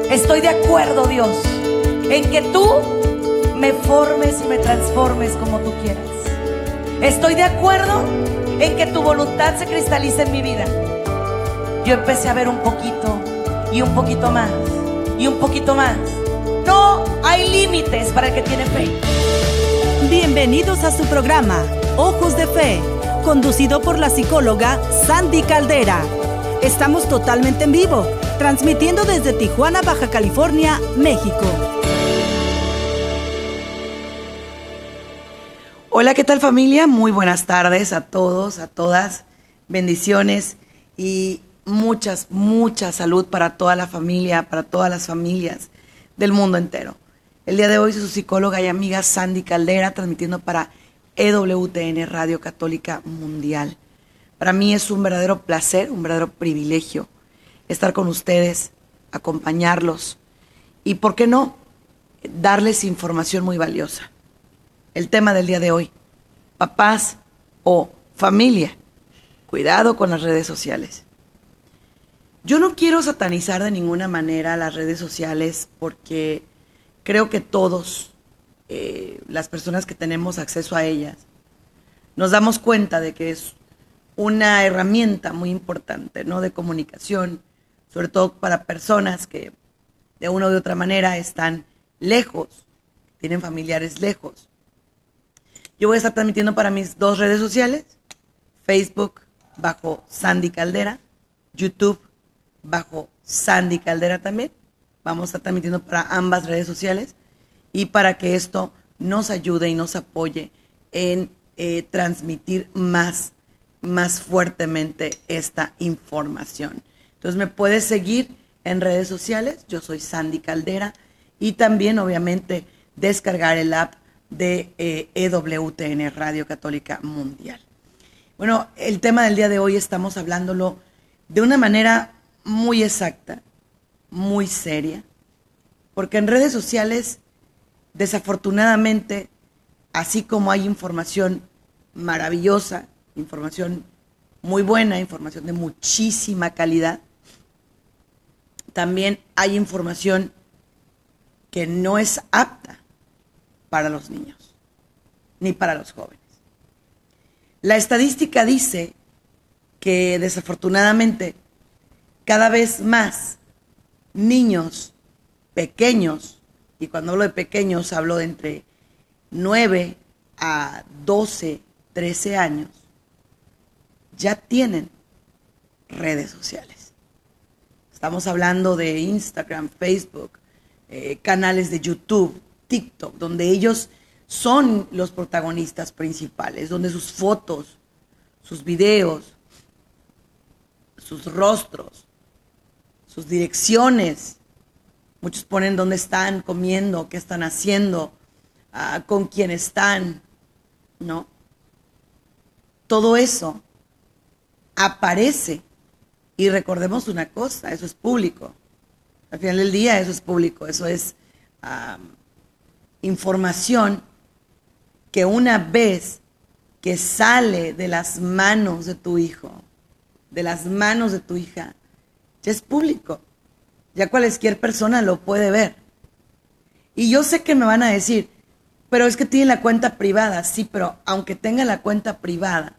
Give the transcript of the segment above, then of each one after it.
Estoy de acuerdo, Dios, en que tú me formes y me transformes como tú quieras. Estoy de acuerdo en que tu voluntad se cristalice en mi vida. Yo empecé a ver un poquito y un poquito más y un poquito más. No hay límites para el que tiene fe. Bienvenidos a su programa Ojos de Fe, conducido por la psicóloga Sandy Caldera. Estamos totalmente en vivo, transmitiendo desde Tijuana, Baja California, México. Hola, ¿qué tal, familia? Muy buenas tardes a todos, a todas. Bendiciones y mucha salud para toda la familia, para todas las familias del mundo entero. El día de hoy soy su psicóloga y amiga Sandy Caldera, transmitiendo para EWTN Radio Católica Mundial. Para mí es un verdadero placer, un verdadero privilegio estar con ustedes, acompañarlos y, ¿por qué no?, darles información muy valiosa. El tema del día de hoy: papás o familia, cuidado con las redes sociales. Yo no quiero satanizar de ninguna manera las redes sociales, porque creo que todos, las personas que tenemos acceso a ellas, nos damos cuenta de que es una herramienta muy importante, ¿no?, de comunicación, sobre todo para personas que de una u otra manera están lejos, tienen familiares lejos. Yo voy a estar transmitiendo para mis dos redes sociales: Facebook bajo Sandy Caldera, YouTube bajo Sandy Caldera también. Vamos a estar transmitiendo para ambas redes sociales, y para que esto nos ayude y nos apoye en transmitir más fuertemente esta información. Entonces me puedes seguir en redes sociales, yo soy Sandy Caldera, y también obviamente descargar el app de EWTN Radio Católica Mundial. Bueno, el tema del día de hoy estamos hablándolo de una manera muy exacta, muy seria, porque en redes sociales, desafortunadamente, así como hay información maravillosa, información muy buena, información de muchísima calidad, también hay información que no es apta para los niños, ni para los jóvenes. La estadística dice que desafortunadamente cada vez más niños pequeños, y cuando hablo de pequeños hablo de entre 9 a 12, 13 años, ya tienen redes sociales. Estamos hablando de Instagram, Facebook, canales de YouTube, TikTok, donde ellos son los protagonistas principales, donde sus fotos, sus videos, sus rostros, sus direcciones, muchos ponen dónde están comiendo, qué están haciendo, con quién están, ¿no? Todo eso aparece, y recordemos una cosa: eso es público. Al final del día eso es público, eso es información que una vez que sale de las manos de tu hijo, de las manos de tu hija, ya es público. Ya cualquier persona lo puede ver. Y yo sé que me van a decir: pero es que tiene la cuenta privada. Sí, pero aunque tenga la cuenta privada,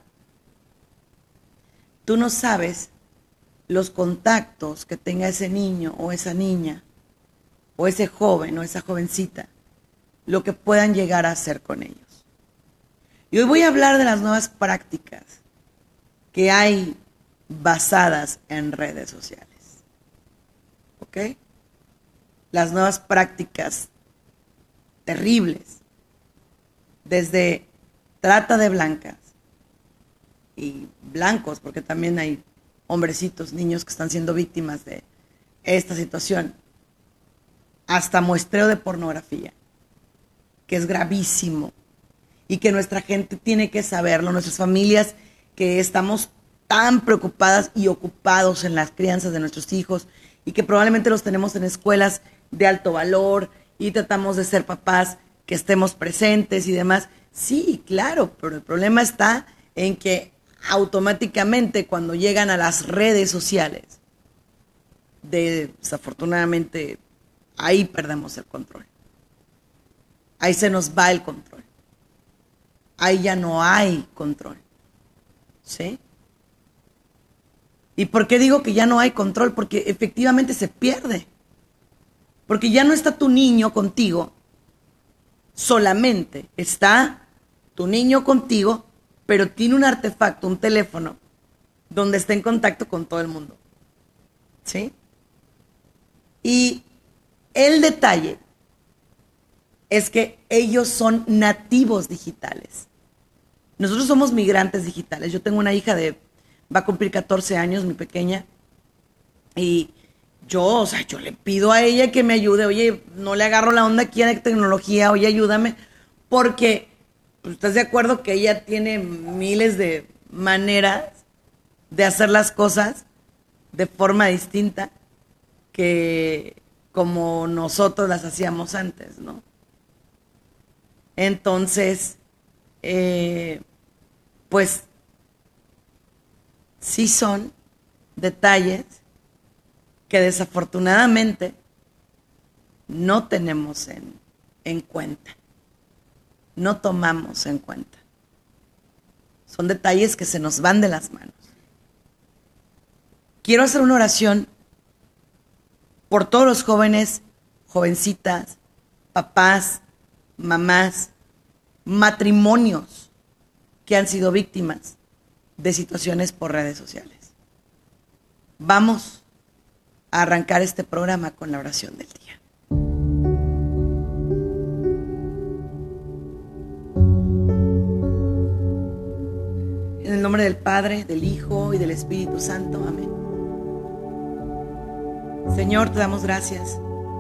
tú no sabes los contactos que tenga ese niño o esa niña, o ese joven o esa jovencita, lo que puedan llegar a hacer con ellos. Y hoy voy a hablar de las nuevas prácticas que hay basadas en redes sociales. ¿Ok? Las nuevas prácticas terribles, desde trata de blancas y blancos, porque también hay hombrecitos, niños que están siendo víctimas de esta situación, hasta muestreo de pornografía, que es gravísimo y que nuestra gente tiene que saberlo, nuestras familias que estamos tan preocupadas y ocupados en las crianzas de nuestros hijos, y que probablemente los tenemos en escuelas de alto valor y tratamos de ser papás que estemos presentes y demás. Sí, claro, pero el problema está en que automáticamente cuando llegan a las redes sociales, desafortunadamente ahí perdemos el control. Ahí se nos va el control. Ahí ya no hay control. ¿Sí? ¿Y por qué digo que ya no hay control? Porque efectivamente se pierde. Porque ya no está tu niño contigo solamente. Está tu niño contigo, pero tiene un artefacto, un teléfono, donde está en contacto con todo el mundo. ¿Sí? Y el detalle es que ellos son nativos digitales. Nosotros somos migrantes digitales. Yo tengo una hija va a cumplir 14 años, mi pequeña, y yo le pido a ella que me ayude. Oye, no le agarro la onda aquí a la tecnología, oye, ayúdame, porque pues, ¿estás de acuerdo que ella tiene miles de maneras de hacer las cosas de forma distinta que como nosotros las hacíamos antes, ¿no? Entonces, pues sí son detalles que desafortunadamente no tenemos en cuenta, no tomamos en cuenta. Son detalles que se nos van de las manos. Quiero hacer una oración por todos los jóvenes, jovencitas, papás, mamás, matrimonios que han sido víctimas de situaciones por redes sociales. Vamos a arrancar este programa con la oración del día. En el nombre del Padre, del Hijo y del Espíritu Santo. Amén. Señor, te damos gracias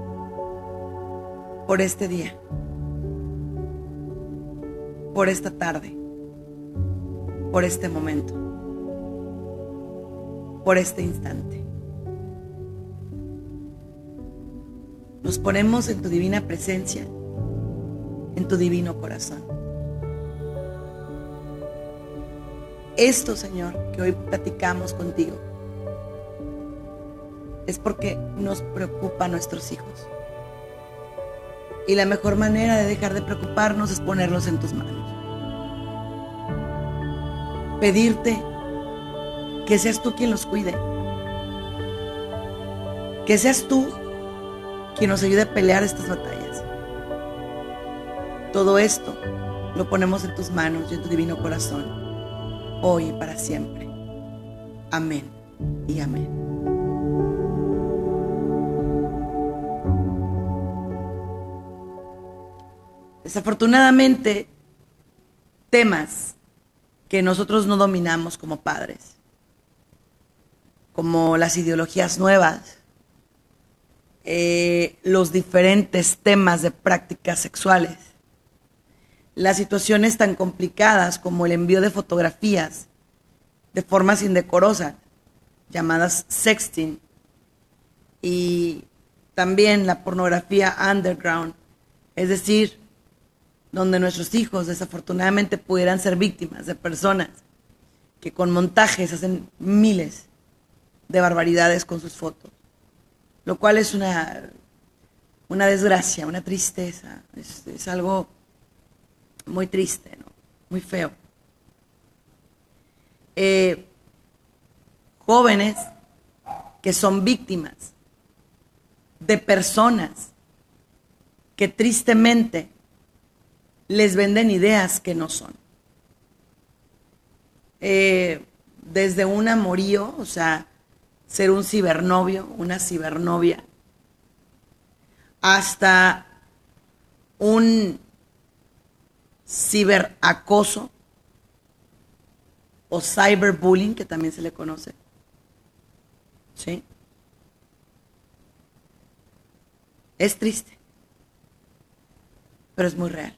por este día, por esta tarde, por este momento, por este instante. Nos ponemos en tu divina presencia, en tu divino corazón. Esto, Señor, que hoy platicamos contigo, es porque nos preocupa a nuestros hijos. Y la mejor manera de dejar de preocuparnos es ponerlos en tus manos. Pedirte que seas tú quien los cuide. Que seas tú quien nos ayude a pelear estas batallas. Todo esto lo ponemos en tus manos y en tu divino corazón, hoy y para siempre. Amén y amén. Desafortunadamente, temas que nosotros no dominamos como padres, como las ideologías nuevas, los diferentes temas de prácticas sexuales, las situaciones tan complicadas como el envío de fotografías de formas indecorosas, llamadas sexting, y también la pornografía underground, es decir, donde nuestros hijos desafortunadamente pudieran ser víctimas de personas que con montajes hacen miles de barbaridades con sus fotos, lo cual es una desgracia, una tristeza, es algo muy triste, ¿no? Muy feo. Jóvenes que son víctimas de personas que tristemente les venden ideas que no son. Desde un amorío, o sea, ser un cibernovio, una cibernovia, hasta un ciberacoso o cyberbullying, que también se le conoce. ¿Sí? Es triste, pero es muy real.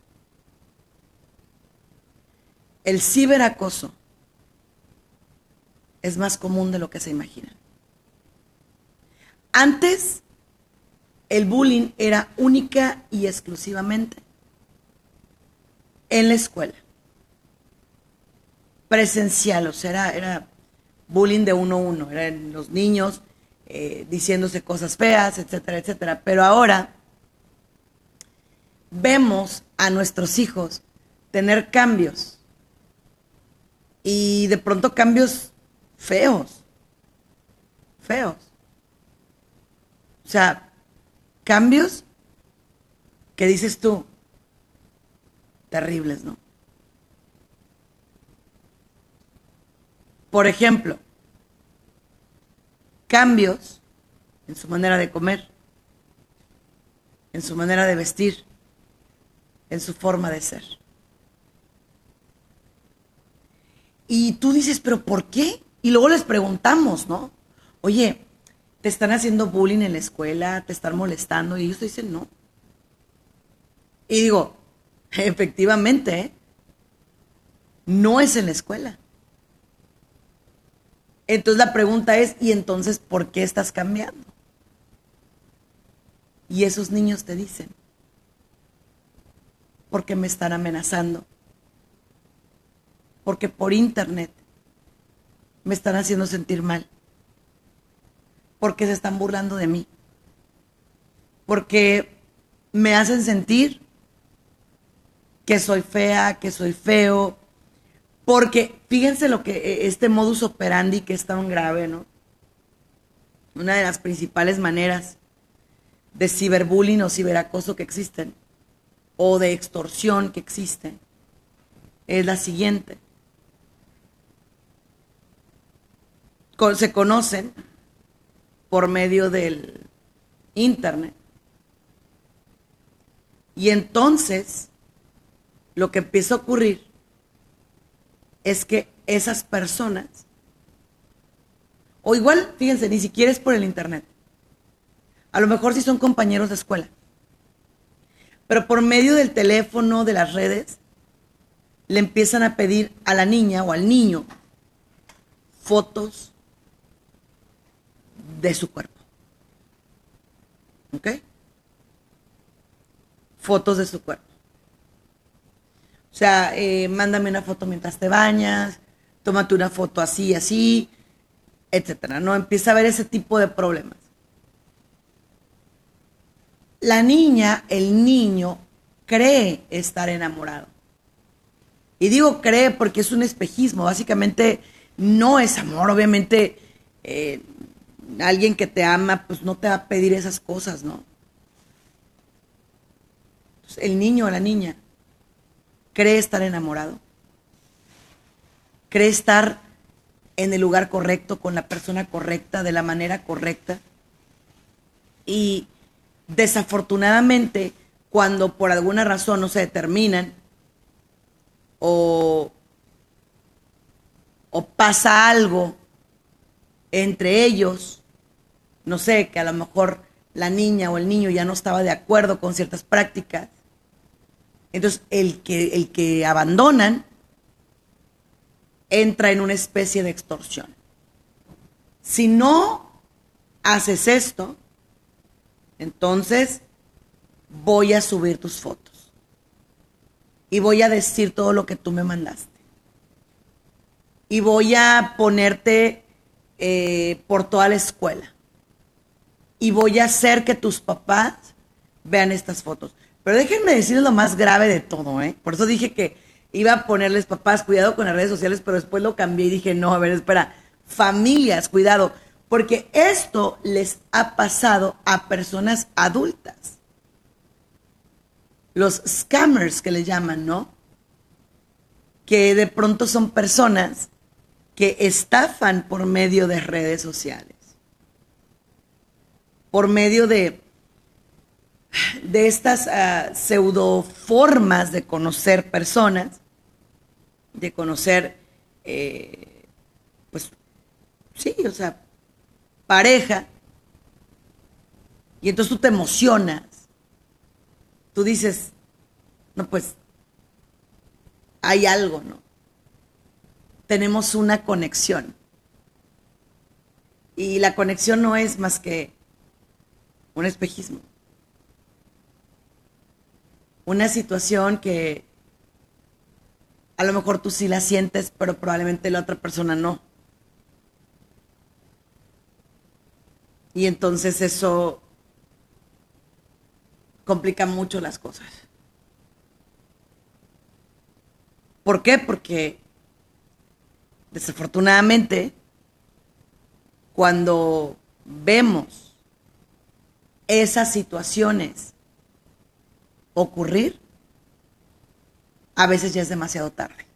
El ciberacoso es más común de lo que se imagina. Antes, el bullying era única y exclusivamente en la escuela. Presencial, o sea, era bullying de 1 a 1. Eran los niños diciéndose cosas feas, etcétera, etcétera. Pero ahora vemos a nuestros hijos tener cambios y de pronto cambios feos. O sea, cambios que dices tú, terribles, ¿no? Por ejemplo, cambios en su manera de comer, en su manera de vestir, en su forma de ser. Y tú dices, ¿pero por qué? Y luego les preguntamos, ¿no? Oye, ¿te están haciendo bullying en la escuela? ¿Te están molestando? Y ellos dicen, no. Y digo, efectivamente, no es en la escuela. Entonces la pregunta es, ¿y entonces por qué estás cambiando? Y esos niños te dicen, porque me están amenazando, porque por internet me están haciendo sentir mal, porque se están burlando de mí, porque me hacen sentir que soy fea, que soy feo, porque fíjense lo que este modus operandi que es tan grave, ¿no? Una de las principales maneras de ciberbullying o ciberacoso que existen, o de extorsión que existen, es la siguiente. Se conocen por medio del internet. Y entonces, lo que empieza a ocurrir es que esas personas, o igual, fíjense, ni siquiera es por el internet. A lo mejor sí son compañeros de escuela. Pero por medio del teléfono, de las redes, le empiezan a pedir a la niña o al niño fotos de su cuerpo. ¿Ok? Fotos de su cuerpo. O sea, mándame una foto mientras te bañas, tómate una foto así, así, etcétera, ¿no? Empieza a haber ese tipo de problemas. La niña, el niño, cree estar enamorado. Y digo cree porque es un espejismo. Básicamente no es amor. Obviamente alguien que te ama pues no te va a pedir esas cosas, ¿no? Entonces, el niño o la niña cree estar enamorado. Cree estar en el lugar correcto, con la persona correcta, de la manera correcta. Y desafortunadamente, cuando por alguna razón no se determinan o pasa algo entre ellos, no sé, que a lo mejor la niña o el niño ya no estaba de acuerdo con ciertas prácticas, entonces el que abandonan entra en una especie de extorsión. Si no haces esto, entonces voy a subir tus fotos y voy a decir todo lo que tú me mandaste y voy a ponerte por toda la escuela y voy a hacer que tus papás vean estas fotos. Pero déjenme decirles lo más grave de todo, por eso dije que iba a ponerles papás, cuidado con las redes sociales, pero después lo cambié y dije, no, a ver, espera, familias, cuidado. Porque esto les ha pasado a personas adultas. Los scammers que le llaman, ¿no? Que de pronto son personas que estafan por medio de redes sociales. Por medio de estas pseudo formas de conocer personas, de conocer, pues, sí, o sea, pareja, y entonces tú te emocionas, tú dices, no, pues, hay algo, ¿no? Tenemos una conexión, y la conexión no es más que un espejismo, una situación que a lo mejor tú sí la sientes, pero probablemente la otra persona no. Y entonces eso complica mucho las cosas. ¿Por qué? Porque desafortunadamente cuando vemos esas situaciones ocurrir, a veces ya es demasiado tarde.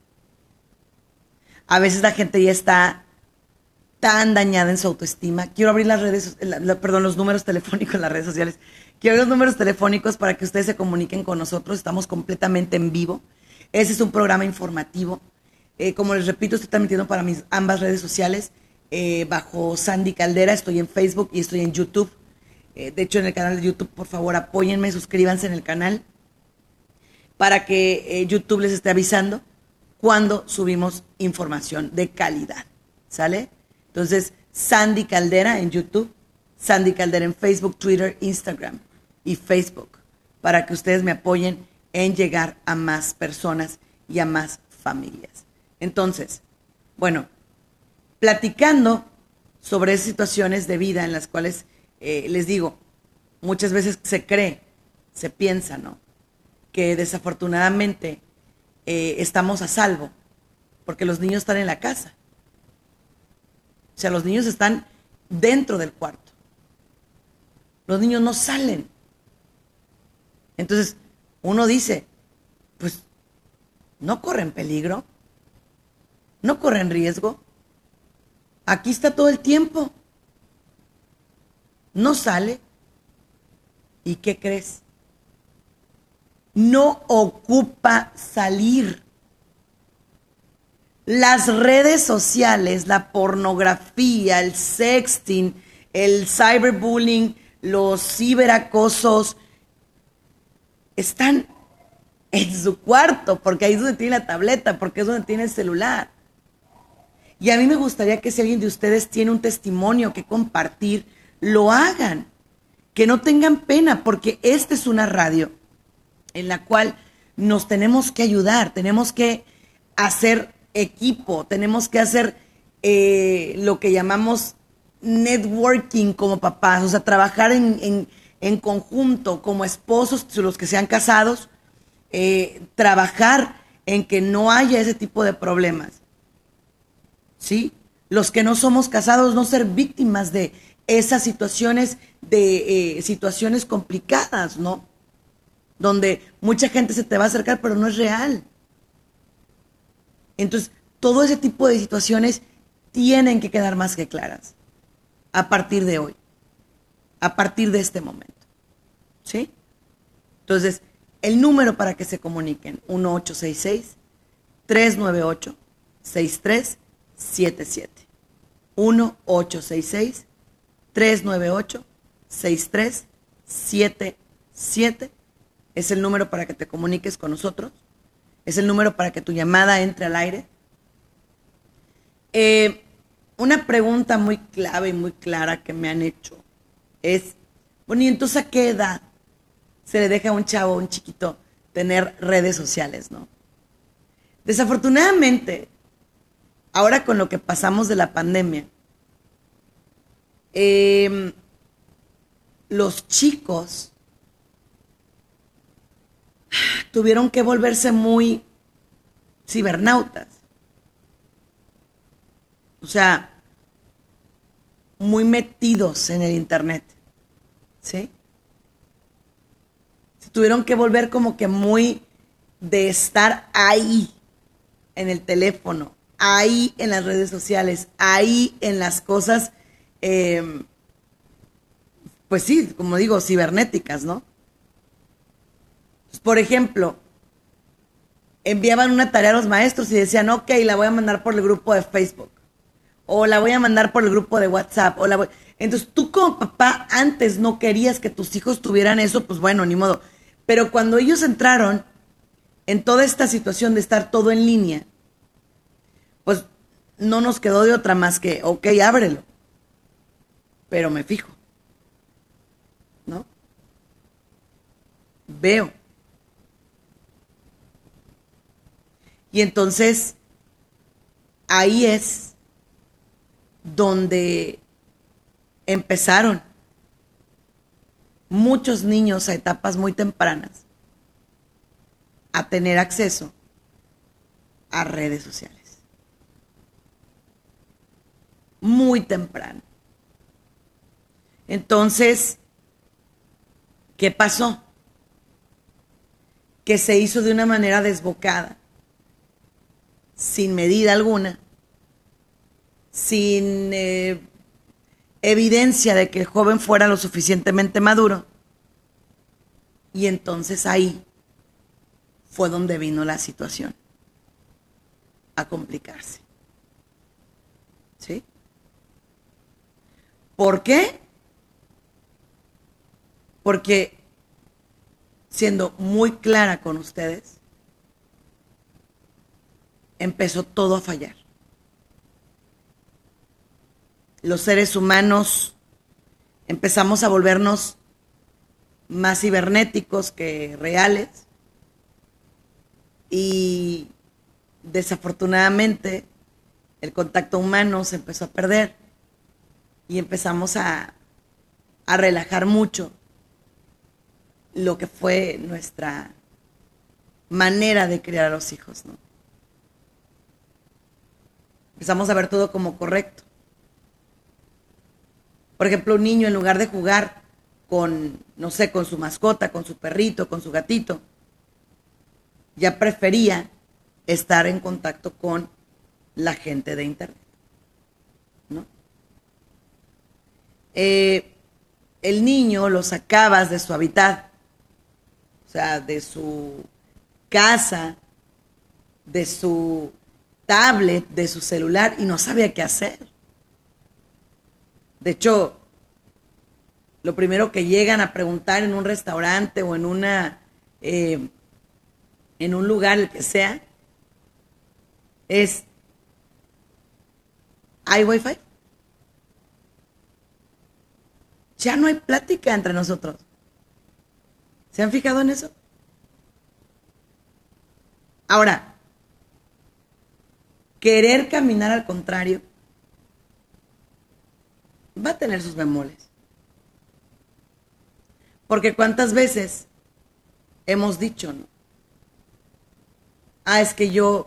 A veces la gente ya está tan dañada en su autoestima. Quiero abrir las redes, los números telefónicos en las redes sociales. Quiero abrir los números telefónicos para que ustedes se comuniquen con nosotros. Estamos completamente en vivo. Ese es un programa informativo. Como les repito, estoy transmitiendo para mis ambas redes sociales bajo Sandy Caldera. Estoy en Facebook y estoy en YouTube. De hecho, en el canal de YouTube, por favor, apóyenme, suscríbanse en el canal para que YouTube les esté avisando cuando subimos información de calidad. ¿Sale? Entonces, Sandy Caldera en YouTube, Sandy Caldera en Facebook, Twitter, Instagram y Facebook, para que ustedes me apoyen en llegar a más personas y a más familias. Entonces, bueno, platicando sobre esas situaciones de vida en las cuales les digo, muchas veces se cree, se piensa, ¿no?, que desafortunadamente estamos a salvo porque los niños están en la casa. O sea, los niños están dentro del cuarto. Los niños no salen. Entonces, uno dice, pues, no corren peligro, no corren riesgo. Aquí está todo el tiempo. No sale. ¿Y qué crees? No ocupa salir. Las redes sociales, la pornografía, el sexting, el cyberbullying, los ciberacosos, están en su cuarto, porque ahí es donde tiene la tableta, porque es donde tiene el celular. Y a mí me gustaría que si alguien de ustedes tiene un testimonio que compartir, lo hagan, que no tengan pena, porque esta es una radio en la cual nos tenemos que ayudar, tenemos que hacer equipo, tenemos que hacer lo que llamamos networking como papás, o sea, trabajar en conjunto como esposos, los que sean casados, trabajar en que no haya ese tipo de problemas, ¿sí? Los que no somos casados, no ser víctimas de esas situaciones, situaciones complicadas, ¿no? Donde mucha gente se te va a acercar, pero no es real. Entonces, todo ese tipo de situaciones tienen que quedar más que claras a partir de hoy, a partir de este momento, ¿sí? Entonces, el número para que se comuniquen, 1-866-398-6377. 1-866-398-6377 es el número para que te comuniques con nosotros. Es el número para que tu llamada entre al aire. Una pregunta muy clave y muy clara que me han hecho es, bueno, ¿y entonces a qué edad se le deja a un chavo, un chiquito, tener redes sociales, no? Desafortunadamente, ahora con lo que pasamos de la pandemia, los chicos tuvieron que volverse muy cibernautas. O sea, muy metidos en el internet, ¿sí? Se tuvieron que volver como que muy de estar ahí en el teléfono, ahí en las redes sociales, ahí en las cosas, pues sí, como digo, cibernéticas, ¿no? Por ejemplo, enviaban una tarea a los maestros y decían, ok, la voy a mandar por el grupo de Facebook, o la voy a mandar por el grupo de WhatsApp, Entonces tú como papá antes no querías que tus hijos tuvieran eso, pues bueno, ni modo. Pero cuando ellos entraron en toda esta situación de estar todo en línea, pues no nos quedó de otra más que, ok, ábrelo, pero me fijo, ¿no? Veo. Y entonces, ahí es donde empezaron muchos niños a etapas muy tempranas a tener acceso a redes sociales. Muy temprano. Entonces, ¿qué pasó? Que se hizo de una manera desbocada, sin medida alguna, sin evidencia de que el joven fuera lo suficientemente maduro. Y entonces ahí fue donde vino la situación a complicarse. ¿Sí? ¿Por qué? Porque, siendo muy clara con ustedes, empezó todo a fallar. Los seres humanos empezamos a volvernos más cibernéticos que reales y desafortunadamente el contacto humano se empezó a perder y empezamos a relajar mucho lo que fue nuestra manera de criar a los hijos, ¿no? Empezamos a ver todo como correcto. Por ejemplo, un niño, en lugar de jugar con, no sé, con su mascota, con su perrito, con su gatito, ya prefería estar en contacto con la gente de internet, ¿no? El niño lo sacabas de su hábitat, o sea, de su casa, de su tablet, de su celular, y no sabía qué hacer. De hecho, lo primero que llegan a preguntar en un restaurante o en un lugar, el que sea, es: ¿hay wifi? Ya no hay plática entre nosotros. ¿Se han fijado en eso? Ahora, querer caminar al contrario va a tener sus bemoles. Porque cuántas veces hemos dicho, ¿no? Es que yo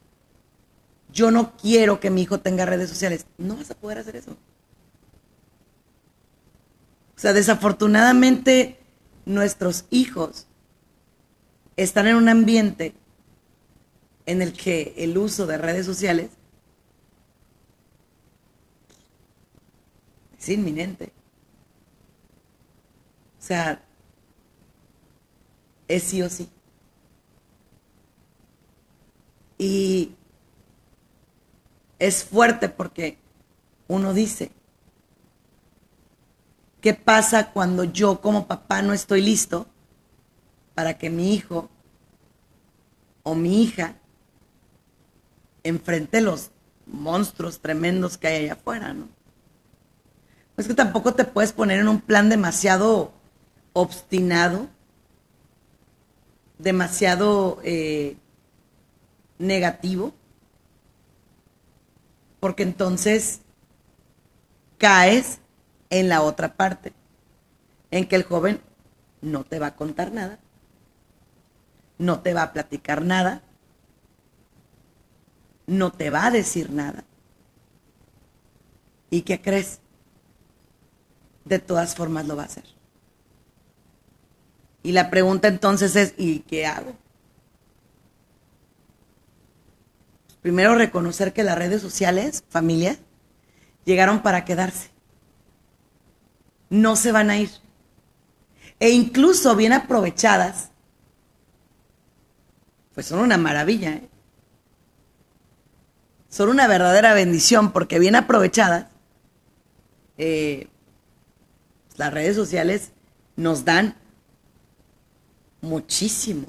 no quiero que mi hijo tenga redes sociales. No vas a poder hacer eso. O sea, desafortunadamente nuestros hijos están en un ambiente en el que el uso de redes sociales es inminente. O sea, es sí o sí. Y es fuerte porque uno dice: ¿qué pasa cuando yo como papá no estoy listo para que mi hijo o mi hija enfrente los monstruos tremendos que hay allá afuera, ¿no? Es que tampoco te puedes poner en un plan demasiado obstinado, demasiado negativo, porque entonces caes en la otra parte, en que el joven no te va a contar nada, no te va a platicar nada, no te va a decir nada. ¿Y qué crees? De todas formas lo va a hacer. Y la pregunta entonces es: ¿y qué hago? Primero, reconocer que las redes sociales, familia, llegaron para quedarse. No se van a ir. E incluso bien aprovechadas, pues son una maravilla, ¿eh? Son una verdadera bendición, porque bien aprovechadas, las redes sociales nos dan muchísimo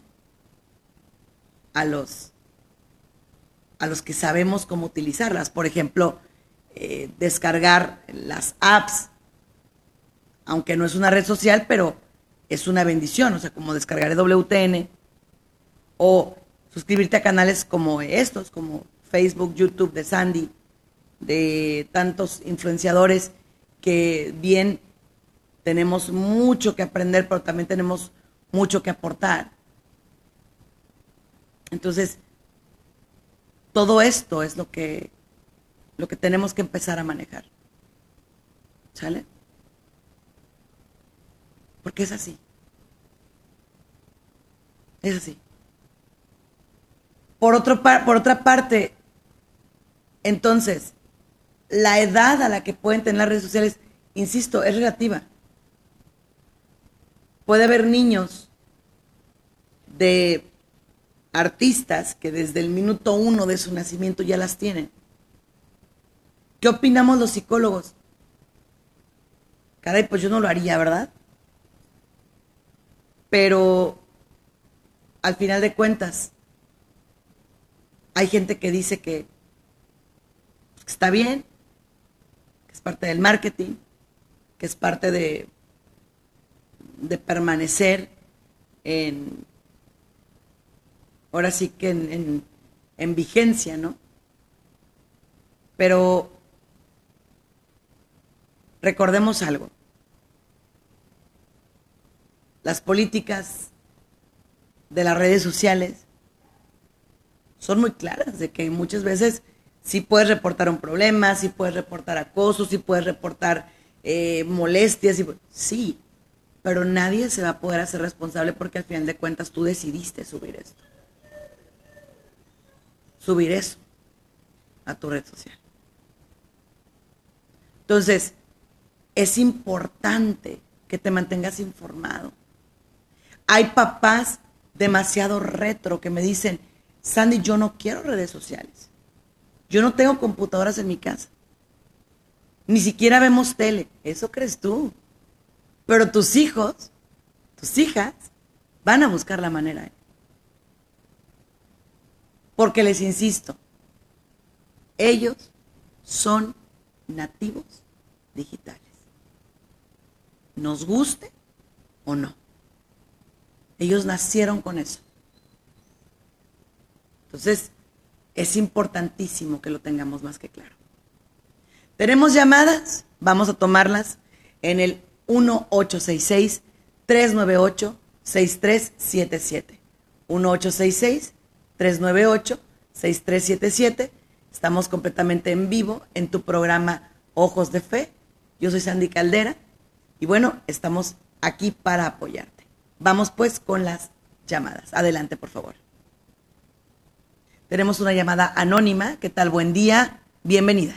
a los que sabemos cómo utilizarlas. Por ejemplo, descargar las apps, aunque no es una red social, pero es una bendición. O sea, como descargar WTN o suscribirte a canales como estos, como Facebook, YouTube, de Sandy, de tantos influenciadores que bien tenemos mucho que aprender, pero también tenemos mucho que aportar. Entonces, todo esto es lo que tenemos que empezar a manejar. ¿Sale? Porque es así. Es así. Por otra parte, entonces, la edad a la que pueden tener las redes sociales, insisto, es relativa. Puede haber niños de artistas que desde el minuto 1 de su nacimiento ya las tienen. ¿Qué opinamos los psicólogos? Caray, pues yo no lo haría, ¿verdad? Pero al final de cuentas, hay gente que dice que está bien, que es parte del marketing, que es parte de permanecer ahora sí que en vigencia, ¿no? Pero recordemos algo. Las políticas de las redes sociales son muy claras de que muchas veces sí puedes reportar un problema, sí puedes reportar acoso, sí puedes reportar molestias, sí, pero nadie se va a poder hacer responsable porque al final de cuentas tú decidiste subir esto. Subir eso a tu red social. Entonces, es importante que te mantengas informado. Hay papás demasiado retro que me dicen, Sandy, yo no quiero redes sociales. Yo no tengo computadoras en mi casa. Ni siquiera vemos tele. Eso crees tú. Pero tus hijos, tus hijas, van a buscar la manera. Porque les insisto, ellos son nativos digitales. Nos guste o no. Ellos nacieron con eso. Entonces, es importantísimo que lo tengamos más que claro. ¿Tenemos llamadas? Vamos a tomarlas en el 1866-398-6377. 1866-398-6377. Estamos completamente en vivo en tu programa Ojos de Fe. Yo soy Sandy Caldera y bueno, estamos aquí para apoyarte. Vamos pues con las llamadas. Adelante, por favor. Tenemos una llamada anónima. ¿Qué tal? Buen día. Bienvenida.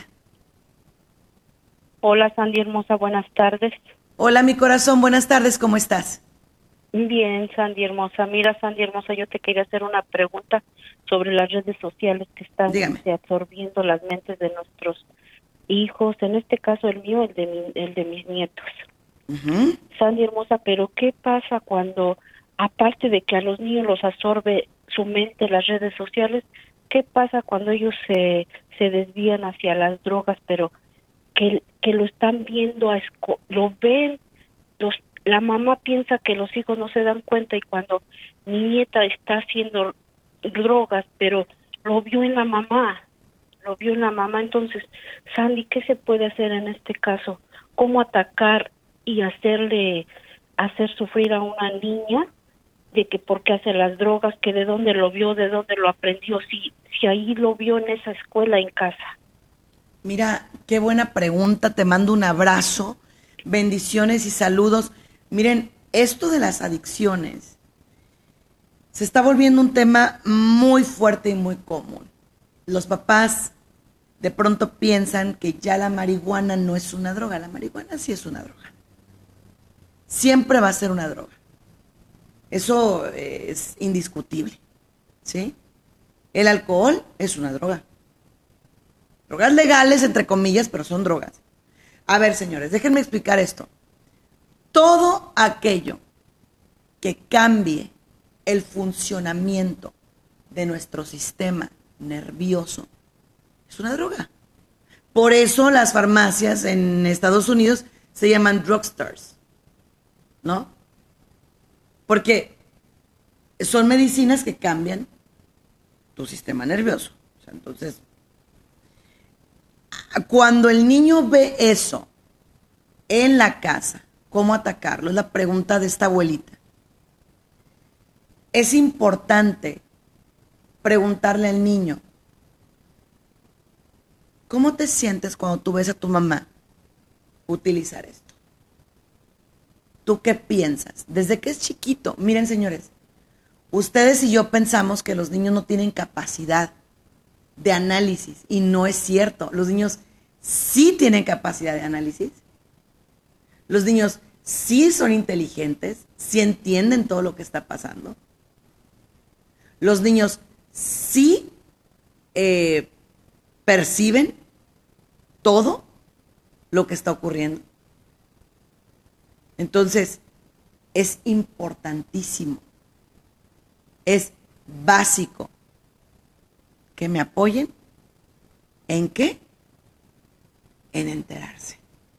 Hola, Sandy hermosa. Buenas tardes. Hola, mi corazón. Buenas tardes. ¿Cómo estás? Bien, Sandy hermosa. Mira, Sandy hermosa, yo te quería hacer una pregunta sobre las redes sociales que están absorbiendo las mentes de nuestros hijos. En este caso, el mío, el de mis nietos. Uh-huh. Sandy hermosa, pero ¿qué pasa cuando, aparte de que a los niños los absorbe su mente las redes sociales, qué pasa cuando ellos se desvían hacia las drogas, pero que lo están viendo, lo ven, la mamá piensa que los hijos no se dan cuenta y cuando mi nieta está haciendo drogas, pero lo vio en la mamá, entonces, Sandy, ¿qué se puede hacer en este caso? ¿Cómo atacar y hacer sufrir a una niña de que por qué hace las drogas, que de dónde lo vio, de dónde lo aprendió, si ahí lo vio en esa escuela, en casa? Mira, qué buena pregunta, te mando un abrazo, bendiciones y saludos. Miren, esto de las adicciones se está volviendo un tema muy fuerte y muy común. Los papás de pronto piensan que ya la marihuana no es una droga. La marihuana sí es una droga. Siempre va a ser una droga. Eso es indiscutible, ¿sí? El alcohol es una droga. Drogas legales, entre comillas, pero son drogas. A ver, señores, déjenme explicar esto. Todo aquello que cambie el funcionamiento de nuestro sistema nervioso es una droga. Por eso las farmacias en Estados Unidos se llaman drugstores, ¿no? Porque son medicinas que cambian tu sistema nervioso. O sea, entonces, cuando el niño ve eso en la casa, ¿cómo atacarlo? Es la pregunta de esta abuelita. Es importante preguntarle al niño, ¿cómo te sientes cuando tú ves a tu mamá utilizar esto? ¿Tú qué piensas? Desde que es chiquito, miren señores, ustedes y yo pensamos que los niños no tienen capacidad de análisis y no es cierto. Los niños sí tienen capacidad de análisis. Los niños sí son inteligentes, sí entienden todo lo que está pasando. Los niños sí perciben todo lo que está ocurriendo. Entonces, es importantísimo, es básico que me apoyen. ¿En qué? En enterarse.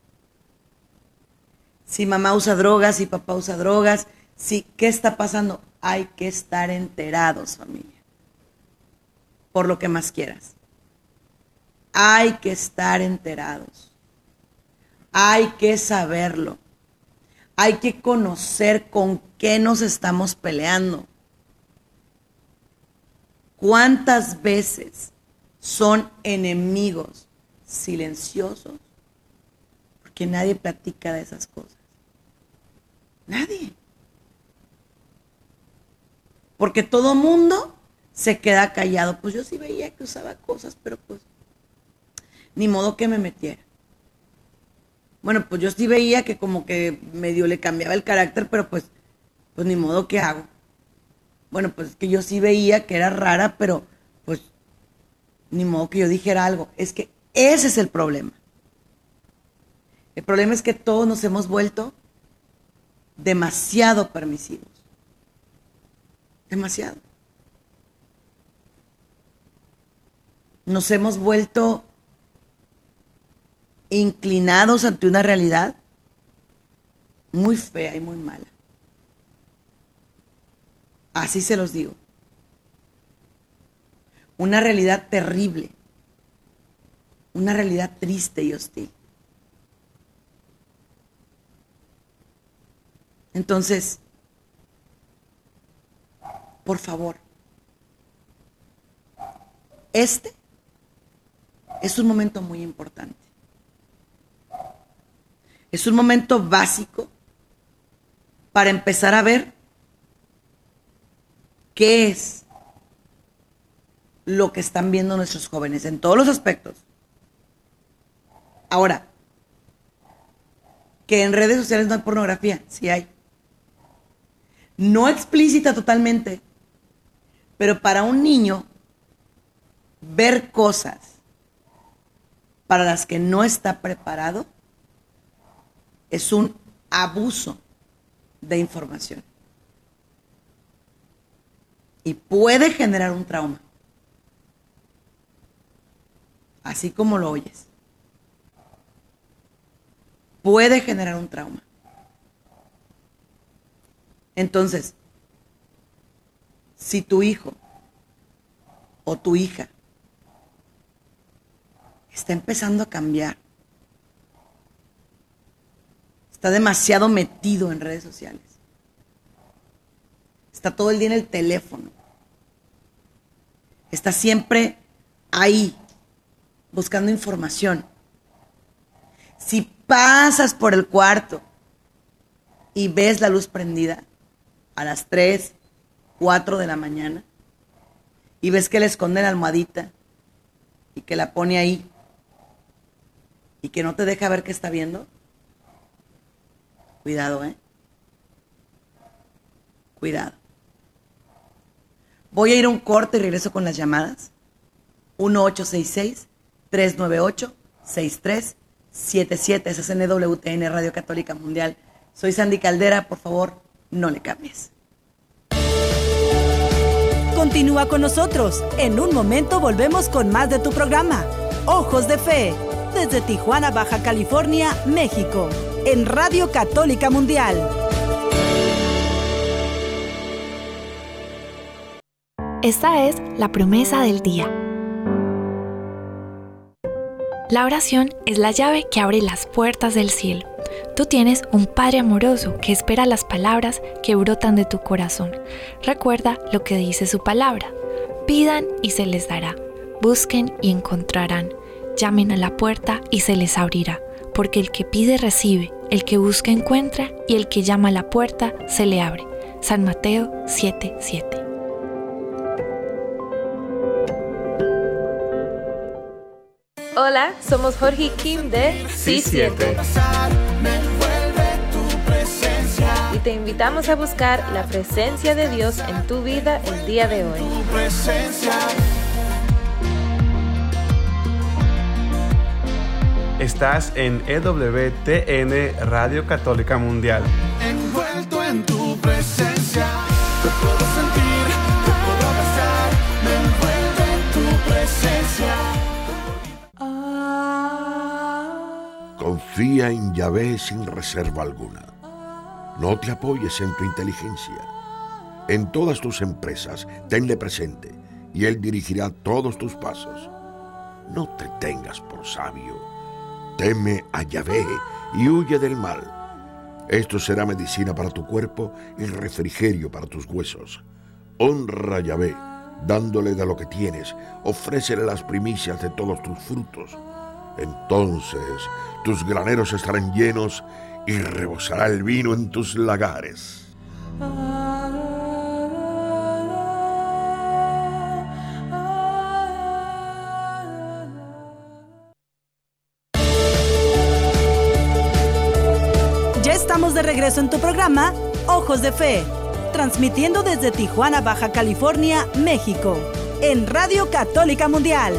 Si mamá usa drogas, si papá usa drogas, si, ¿qué está pasando? Hay que estar enterados, familia. Por lo que más quieras. Hay que estar enterados. Hay que saberlo. Hay que conocer con qué nos estamos peleando. ¿Cuántas veces son enemigos silenciosos? Porque nadie platica de esas cosas. Nadie. Porque todo mundo se queda callado. Pues yo sí veía que usaba cosas, pero pues ni modo que me metiera. Bueno, pues yo sí veía que como que medio le cambiaba el carácter, pero pues ni modo que hago. Bueno, pues es que yo sí veía que era rara, pero pues ni modo que yo dijera algo. Es que ese es el problema. El problema es que todos nos hemos vuelto demasiado permisivos. Demasiado. Nos hemos vuelto inclinados ante una realidad muy fea y muy mala. Así se los digo. Una realidad terrible. Una realidad triste y hostil. Entonces, por favor, este es un momento muy importante. Es un momento básico para empezar a ver qué es lo que están viendo nuestros jóvenes en todos los aspectos. Ahora, que en redes sociales no hay pornografía, sí hay. No explícita totalmente, pero para un niño ver cosas para las que no está preparado es un abuso de información. Y puede generar un trauma. Así como lo oyes. Puede generar un trauma. Entonces, si tu hijo o tu hija está empezando a cambiar, está demasiado metido en redes sociales, está todo el día en el teléfono, está siempre ahí buscando información. Si pasas por el cuarto y ves la luz prendida a las 3, 4 de la mañana y ves que le esconde la almohadita y que la pone ahí y que no te deja ver qué está viendo, cuidado, cuidado. Voy a ir a un corte y regreso con las llamadas. 1-866-398-6377. Esa es NWTN Radio Católica Mundial. Soy Sandy Caldera, por favor, no le cambies. Continúa con nosotros. En un momento volvemos con más de tu programa, Ojos de Fe, desde Tijuana, Baja California, México, en Radio Católica Mundial. Esta es la promesa del día. La oración es la llave que abre las puertas del cielo. Tú tienes un Padre amoroso que espera las palabras que brotan de tu corazón. Recuerda lo que dice su palabra. Pidan y se les dará. Busquen y encontrarán. Llamen a la puerta y se les abrirá. Porque el que pide recibe, el que busca encuentra y el que llama a la puerta se le abre. San Mateo 7:7. Hola, somos Jorge y Kim de C7 y te invitamos a buscar la presencia de Dios en tu vida el día de hoy. Estás en EWTN Radio Católica Mundial. Envuelto en tu presencia, te puedo sentir, te puedo abrazar, me envuelve en tu presencia. Confía en Yahvé sin reserva alguna. No te apoyes en tu inteligencia. En todas tus empresas, tenle presente, y Él dirigirá todos tus pasos. No te tengas por sabio. Teme a Yahvé y huye del mal. Esto será medicina para tu cuerpo y refrigerio para tus huesos. Honra a Yahvé, dándole de lo que tienes. Ofrécele las primicias de todos tus frutos. Entonces tus graneros estarán llenos y rebosará el vino en tus lagares. Ya estamos de regreso en tu programa Ojos de Fe, transmitiendo desde Tijuana, Baja California, México, en Radio Católica Mundial.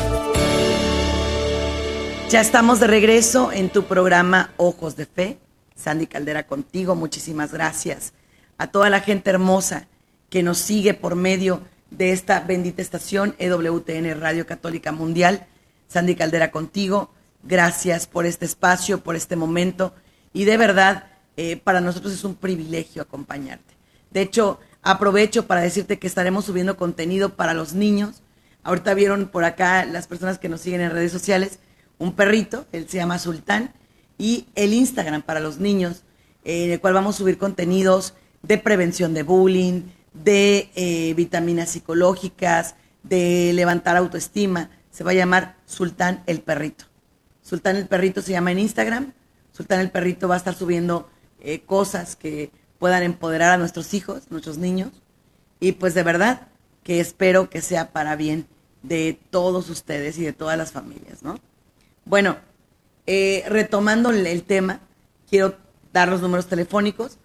Ya estamos de regreso en tu programa Ojos de Fe. Sandy Caldera contigo, muchísimas gracias a toda la gente hermosa que nos sigue por medio de esta bendita estación EWTN Radio Católica Mundial. Sandy Caldera contigo, gracias por este espacio, por este momento, y de verdad para nosotros es un privilegio acompañarte. De hecho, aprovecho para decirte que estaremos subiendo contenido para los niños. Ahorita vieron por acá las personas que nos siguen en redes sociales un perrito, él se llama Sultán, y el Instagram para los niños, en el cual vamos a subir contenidos de prevención de bullying, de vitaminas psicológicas, de levantar autoestima. Se va a llamar Sultán el Perrito. Sultán el Perrito se llama en Instagram. Sultán el Perrito va a estar subiendo cosas que puedan empoderar a nuestros hijos, nuestros niños, y pues de verdad que espero que sea para bien de todos ustedes y de todas las familias, ¿no? Bueno, retomando el tema, quiero dar los números telefónicos: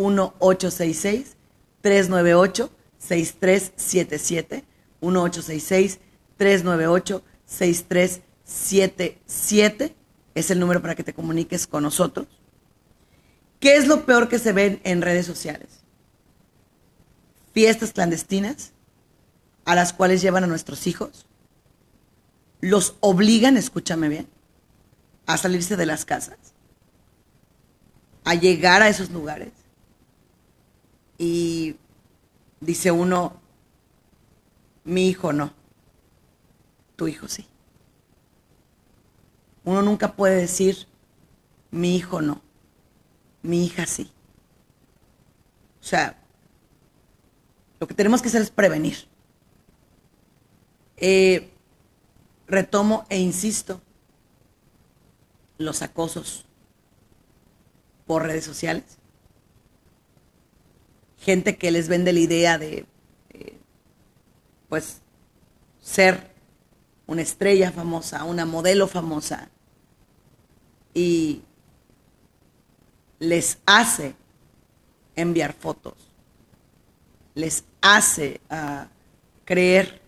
1-866-398-6377, 1-866-398-6377, es el número para que te comuniques con nosotros. ¿Qué es lo peor que se ven en redes sociales? Fiestas clandestinas a las cuales llevan a nuestros hijos, los obligan, escúchame bien, a salirse de las casas, a llegar a esos lugares, y dice uno, mi hijo no, tu hijo sí. Uno nunca puede decir, mi hijo no, mi hija sí. O sea, lo que tenemos que hacer es prevenir. Retomo e insisto, los acosos por redes sociales, gente que les vende la idea de pues ser una estrella famosa, una modelo famosa, y les hace enviar fotos, les hace creer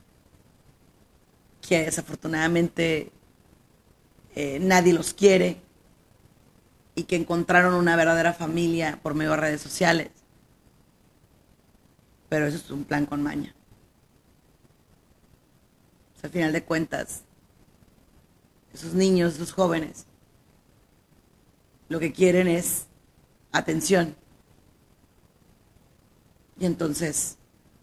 que desafortunadamente nadie los quiere y que encontraron una verdadera familia por medio de redes sociales. Pero eso es un plan con maña. O sea, al final de cuentas, esos niños, esos jóvenes, lo que quieren es atención. Y entonces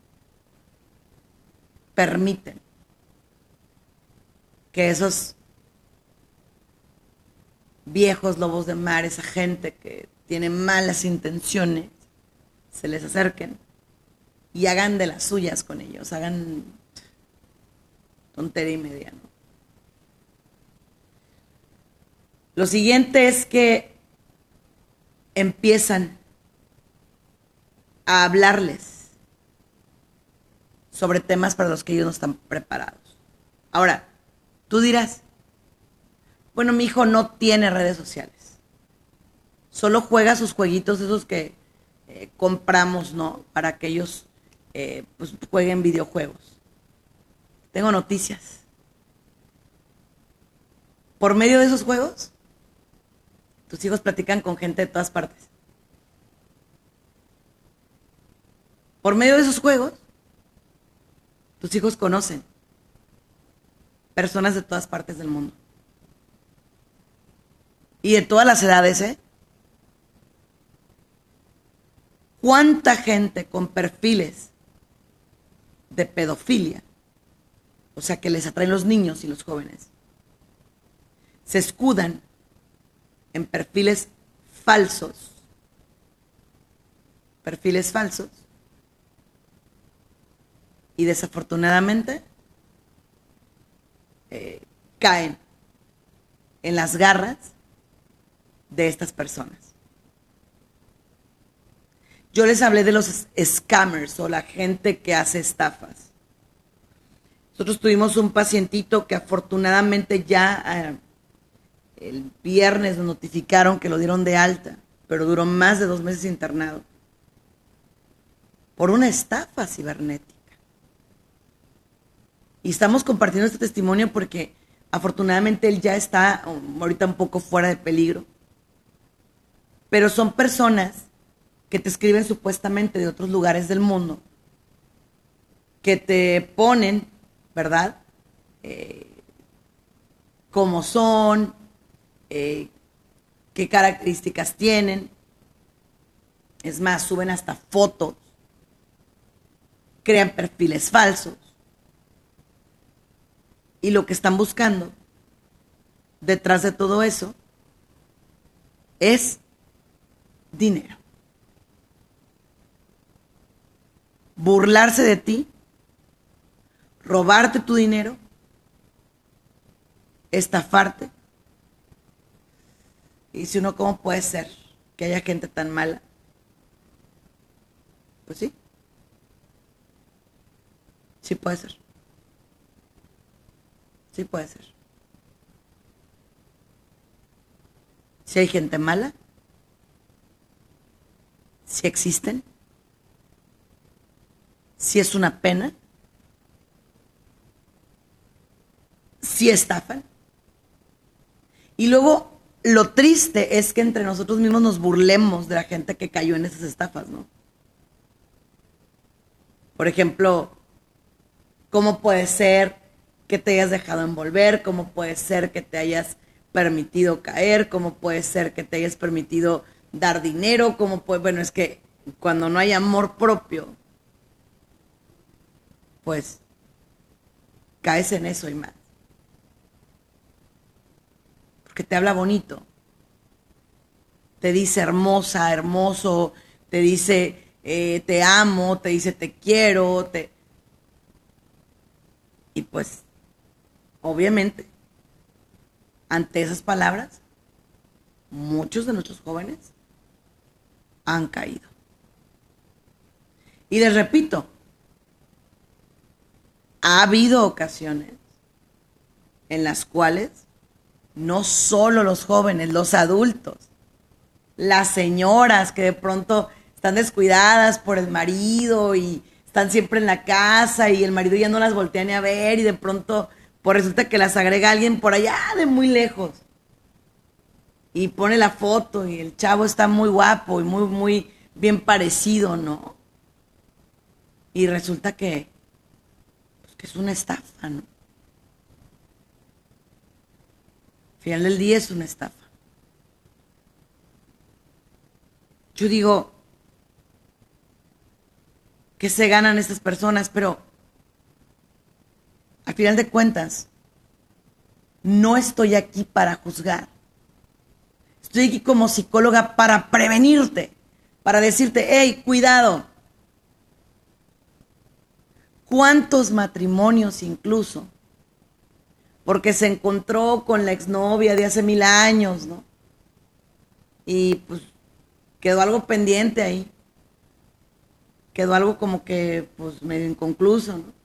permiten que esos viejos lobos de mar, esa gente que tiene malas intenciones, se les acerquen y hagan de las suyas con ellos, hagan tontería y media, ¿no? Lo siguiente es que empiezan a hablarles sobre temas para los que ellos no están preparados. Ahora, tú dirás, bueno, mi hijo no tiene redes sociales, solo juega sus jueguitos esos que compramos, ¿no? Para que ellos pues jueguen videojuegos. Tengo noticias. Por medio de esos juegos, tus hijos platican con gente de todas partes. Por medio de esos juegos, tus hijos conocen personas de todas partes del mundo. Y de todas las edades, ¿eh? ¿Cuánta gente con perfiles de pedofilia, o sea, que les atraen los niños y los jóvenes, se escudan en perfiles falsos? Perfiles falsos. Y desafortunadamente caen en las garras de estas personas. Yo les hablé de los scammers o la gente que hace estafas. Nosotros tuvimos un pacientito que afortunadamente ya el viernes nos notificaron que lo dieron de alta, pero duró más de 2 meses internado por una estafa cibernética. Y estamos compartiendo este testimonio porque afortunadamente él ya está ahorita un poco fuera de peligro. Pero son personas que te escriben supuestamente de otros lugares del mundo, que te ponen, ¿verdad? Cómo son, qué características tienen. Es más, suben hasta fotos, crean perfiles falsos. Y lo que están buscando detrás de todo eso es dinero. Burlarse de ti, robarte tu dinero, estafarte. Y dice uno, ¿cómo puede ser que haya gente tan mala? Pues sí. Sí puede ser. Sí puede ser. Si hay gente mala, si existen, si es una pena, si estafan. Y luego lo triste es que entre nosotros mismos nos burlemos de la gente que cayó en esas estafas, ¿no? Por ejemplo, ¿cómo puede ser que te hayas dejado envolver? ¿Cómo puede ser que te hayas permitido caer? ¿Cómo puede ser que te hayas permitido dar dinero? ¿Cómo puede? Bueno, es que cuando no hay amor propio, pues caes en eso y más. Porque te habla bonito, te dice hermosa, hermoso, te dice te amo, te dice te quiero, y pues obviamente ante esas palabras muchos de nuestros jóvenes han caído. Y les repito, ha habido ocasiones en las cuales no solo los jóvenes, los adultos, las señoras que de pronto están descuidadas por el marido y están siempre en la casa y el marido ya no las voltea ni a ver y de pronto pues resulta que las agrega alguien por allá de muy lejos y pone la foto y el chavo está muy guapo y muy bien parecido, ¿no? Y resulta que es una estafa, ¿no? Al final del día es una estafa. Yo digo, ¿qué se ganan estas personas? Pero al final de cuentas, no estoy aquí para juzgar. Estoy aquí como psicóloga para prevenirte, para decirte, hey, cuidado. ¿Cuántos matrimonios incluso? Porque se encontró con la exnovia de hace 1000 años, ¿no? Y pues quedó algo pendiente ahí. Quedó algo como que, pues, medio inconcluso, ¿no?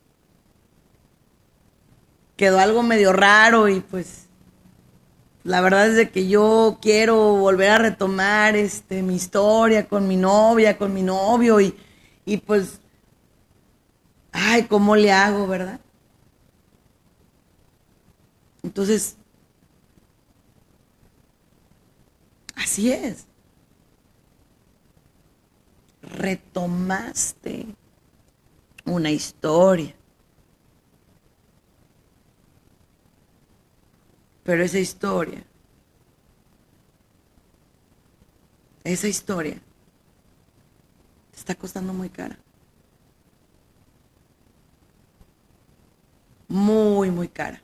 Quedó algo medio raro y pues la verdad es de que yo quiero volver a retomar mi historia con mi novia, con mi novio y pues, ay, ¿cómo le hago, verdad? Entonces, así es. Retomaste una historia. Pero esa historia te está costando muy cara. Muy, muy cara.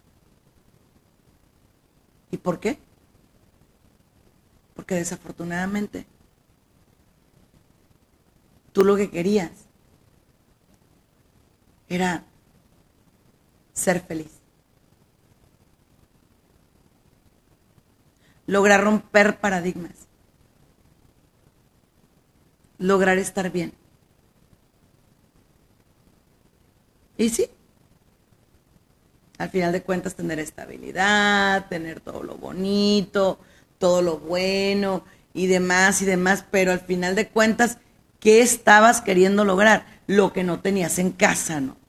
¿Y por qué? Porque desafortunadamente tú lo que querías era ser feliz. Lograr romper paradigmas. Lograr estar bien. Y sí, al final de cuentas tener estabilidad, tener todo lo bonito, todo lo bueno y demás, pero al final de cuentas, ¿qué estabas queriendo lograr? Lo que no tenías en casa, ¿no?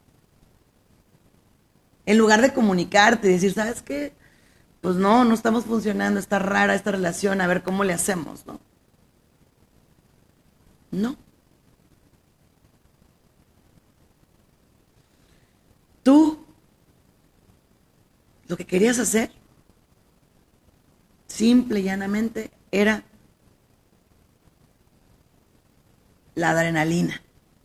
En lugar de comunicarte y decir, ¿sabes qué? Pues no estamos funcionando, está rara esta relación, a ver cómo le hacemos, ¿no? No. Tú, lo que querías hacer, simple y llanamente, era la adrenalina.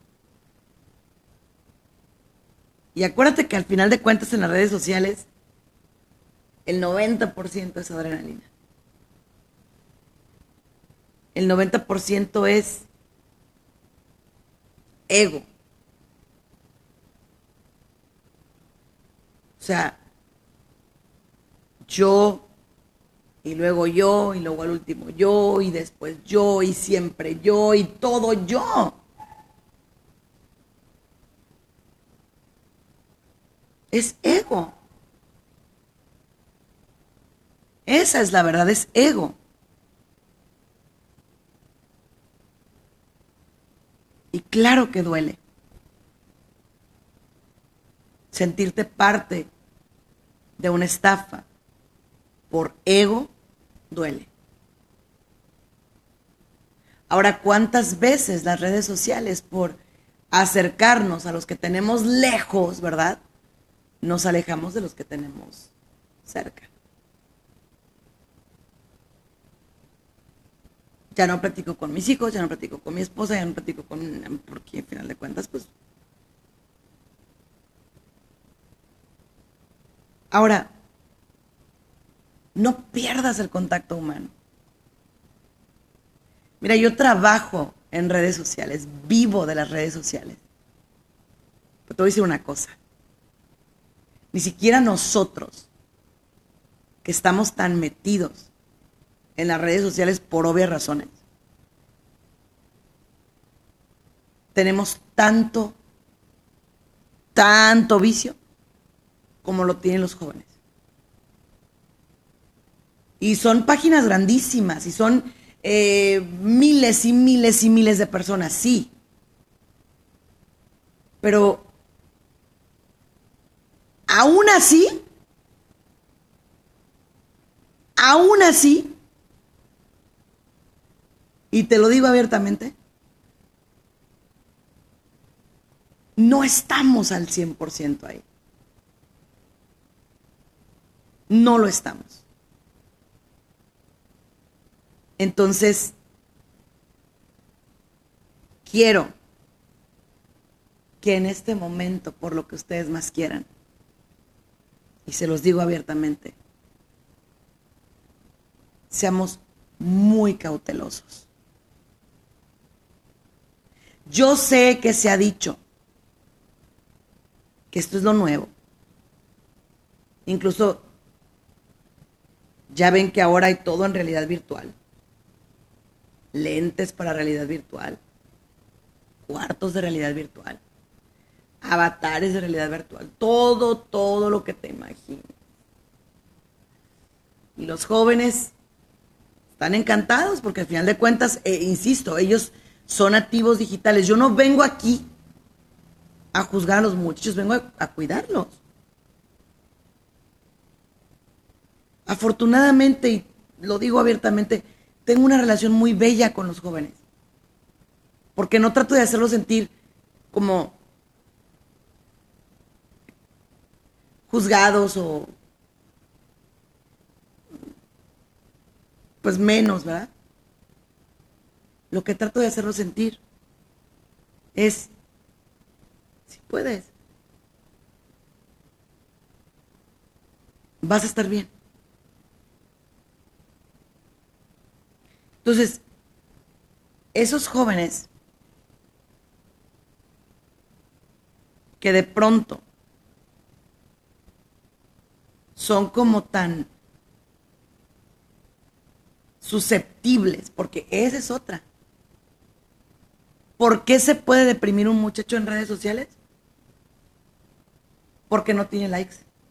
Y acuérdate que al final de cuentas en las redes sociales, el 90% es adrenalina. El 90% es ego. O sea, yo, y luego yo, y luego al último yo, y después yo, y siempre yo, y todo yo. Es ego. Esa es la verdad, es ego. Y claro que duele. Sentirte parte de una estafa por ego duele. Ahora, ¿cuántas veces las redes sociales, por acercarnos a los que tenemos lejos, ¿verdad?, nos alejamos de los que tenemos cerca? Ya no platico con mis hijos, ya no platico con mi esposa, ya no platico con... porque al final de cuentas, pues... Ahora, no pierdas el contacto humano. Mira, yo trabajo en redes sociales, vivo de las redes sociales. Pero te voy a decir una cosa. Ni siquiera nosotros, que estamos tan metidos en las redes sociales por obvias razones, tenemos tanto vicio como lo tienen los jóvenes. Y son páginas grandísimas y son miles y miles y miles de personas, sí. Pero aún así, y te lo digo abiertamente, no estamos al 100% ahí. No lo estamos. Entonces, quiero que en este momento, por lo que ustedes más quieran, y se los digo abiertamente, seamos muy cautelosos. Yo sé que se ha dicho que esto es lo nuevo. Incluso ya ven que ahora hay todo en realidad virtual. Lentes para realidad virtual, cuartos de realidad virtual, avatares de realidad virtual, todo lo que te imagines. Y los jóvenes están encantados porque al final de cuentas, insisto, ellos son nativos digitales. Yo no vengo aquí a juzgar a los muchachos, vengo a cuidarlos. Afortunadamente, y lo digo abiertamente, tengo una relación muy bella con los jóvenes. Porque no trato de hacerlos sentir como juzgados o pues menos, ¿verdad? Lo que trato de hacerlos sentir es, si puedes, vas a estar bien. Entonces, esos jóvenes que de pronto son como tan susceptibles, porque esa es otra. ¿Por qué se puede deprimir un muchacho en redes sociales? Porque no tiene likes.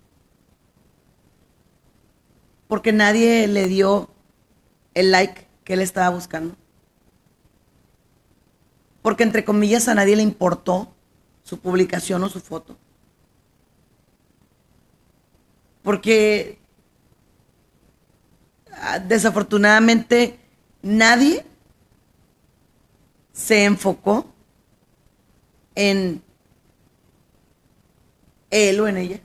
Porque nadie le dio el like que él estaba buscando. Porque entre comillas a nadie le importó su publicación o su foto. Porque desafortunadamente nadie se enfocó en él o en ella.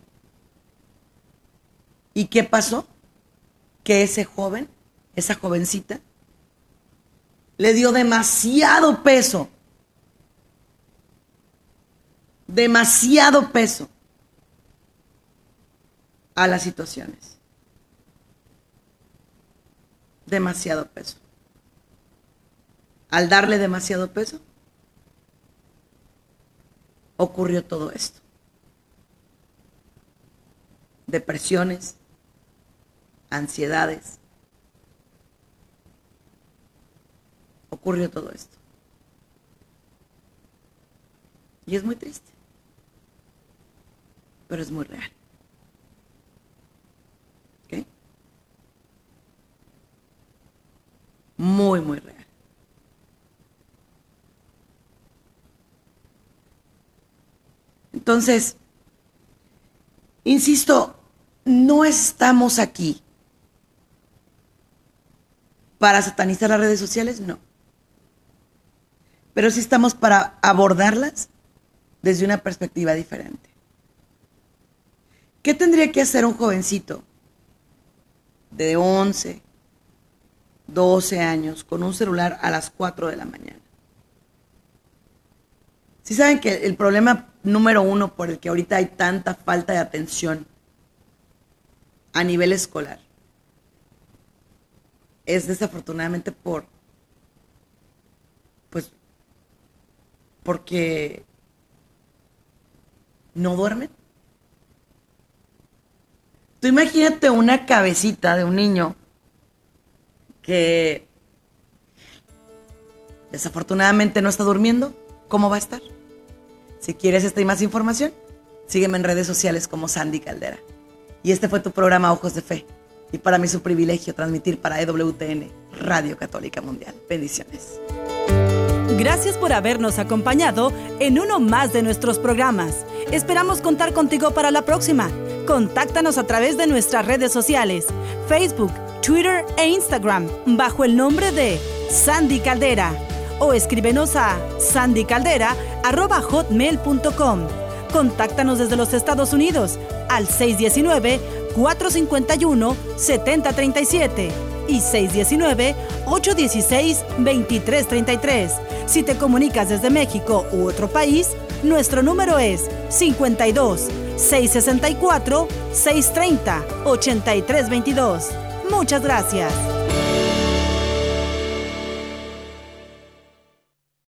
¿Y qué pasó? Que ese joven, esa jovencita, le dio demasiado peso a las situaciones. Demasiado peso. Al darle demasiado peso, ocurrió todo esto. Depresiones, ansiedades. Ocurrió todo esto. Y es muy triste, pero es muy real. ¿Ok? Muy, muy real. Entonces, insisto, no estamos aquí para satanizar las redes sociales, no. Pero sí estamos para abordarlas desde una perspectiva diferente. ¿Qué tendría que hacer un jovencito de 11, 12 años con un celular a las 4 de la mañana? ¿Sí saben que el problema número uno por el que ahorita hay tanta falta de atención a nivel escolar es desafortunadamente porque no duermen? Tú imagínate una cabecita de un niño que desafortunadamente no está durmiendo. ¿Cómo va a estar? Si quieres esta y más información, sígueme en redes sociales como Sandy Caldera. Y este fue tu programa Ojos de Fe. Y para mí es un privilegio transmitir para EWTN, Radio Católica Mundial. Bendiciones. Gracias por habernos acompañado en uno más de nuestros programas. Esperamos contar contigo para la próxima. Contáctanos a través de nuestras redes sociales, Facebook, Twitter e Instagram, bajo el nombre de Sandy Caldera. O escríbenos a sandycaldera@hotmail.com. Contáctanos desde los Estados Unidos al 619-451-7037 y 619-816-2333. Si te comunicas desde México u otro país, nuestro número es 52-664-630-8322. Muchas gracias.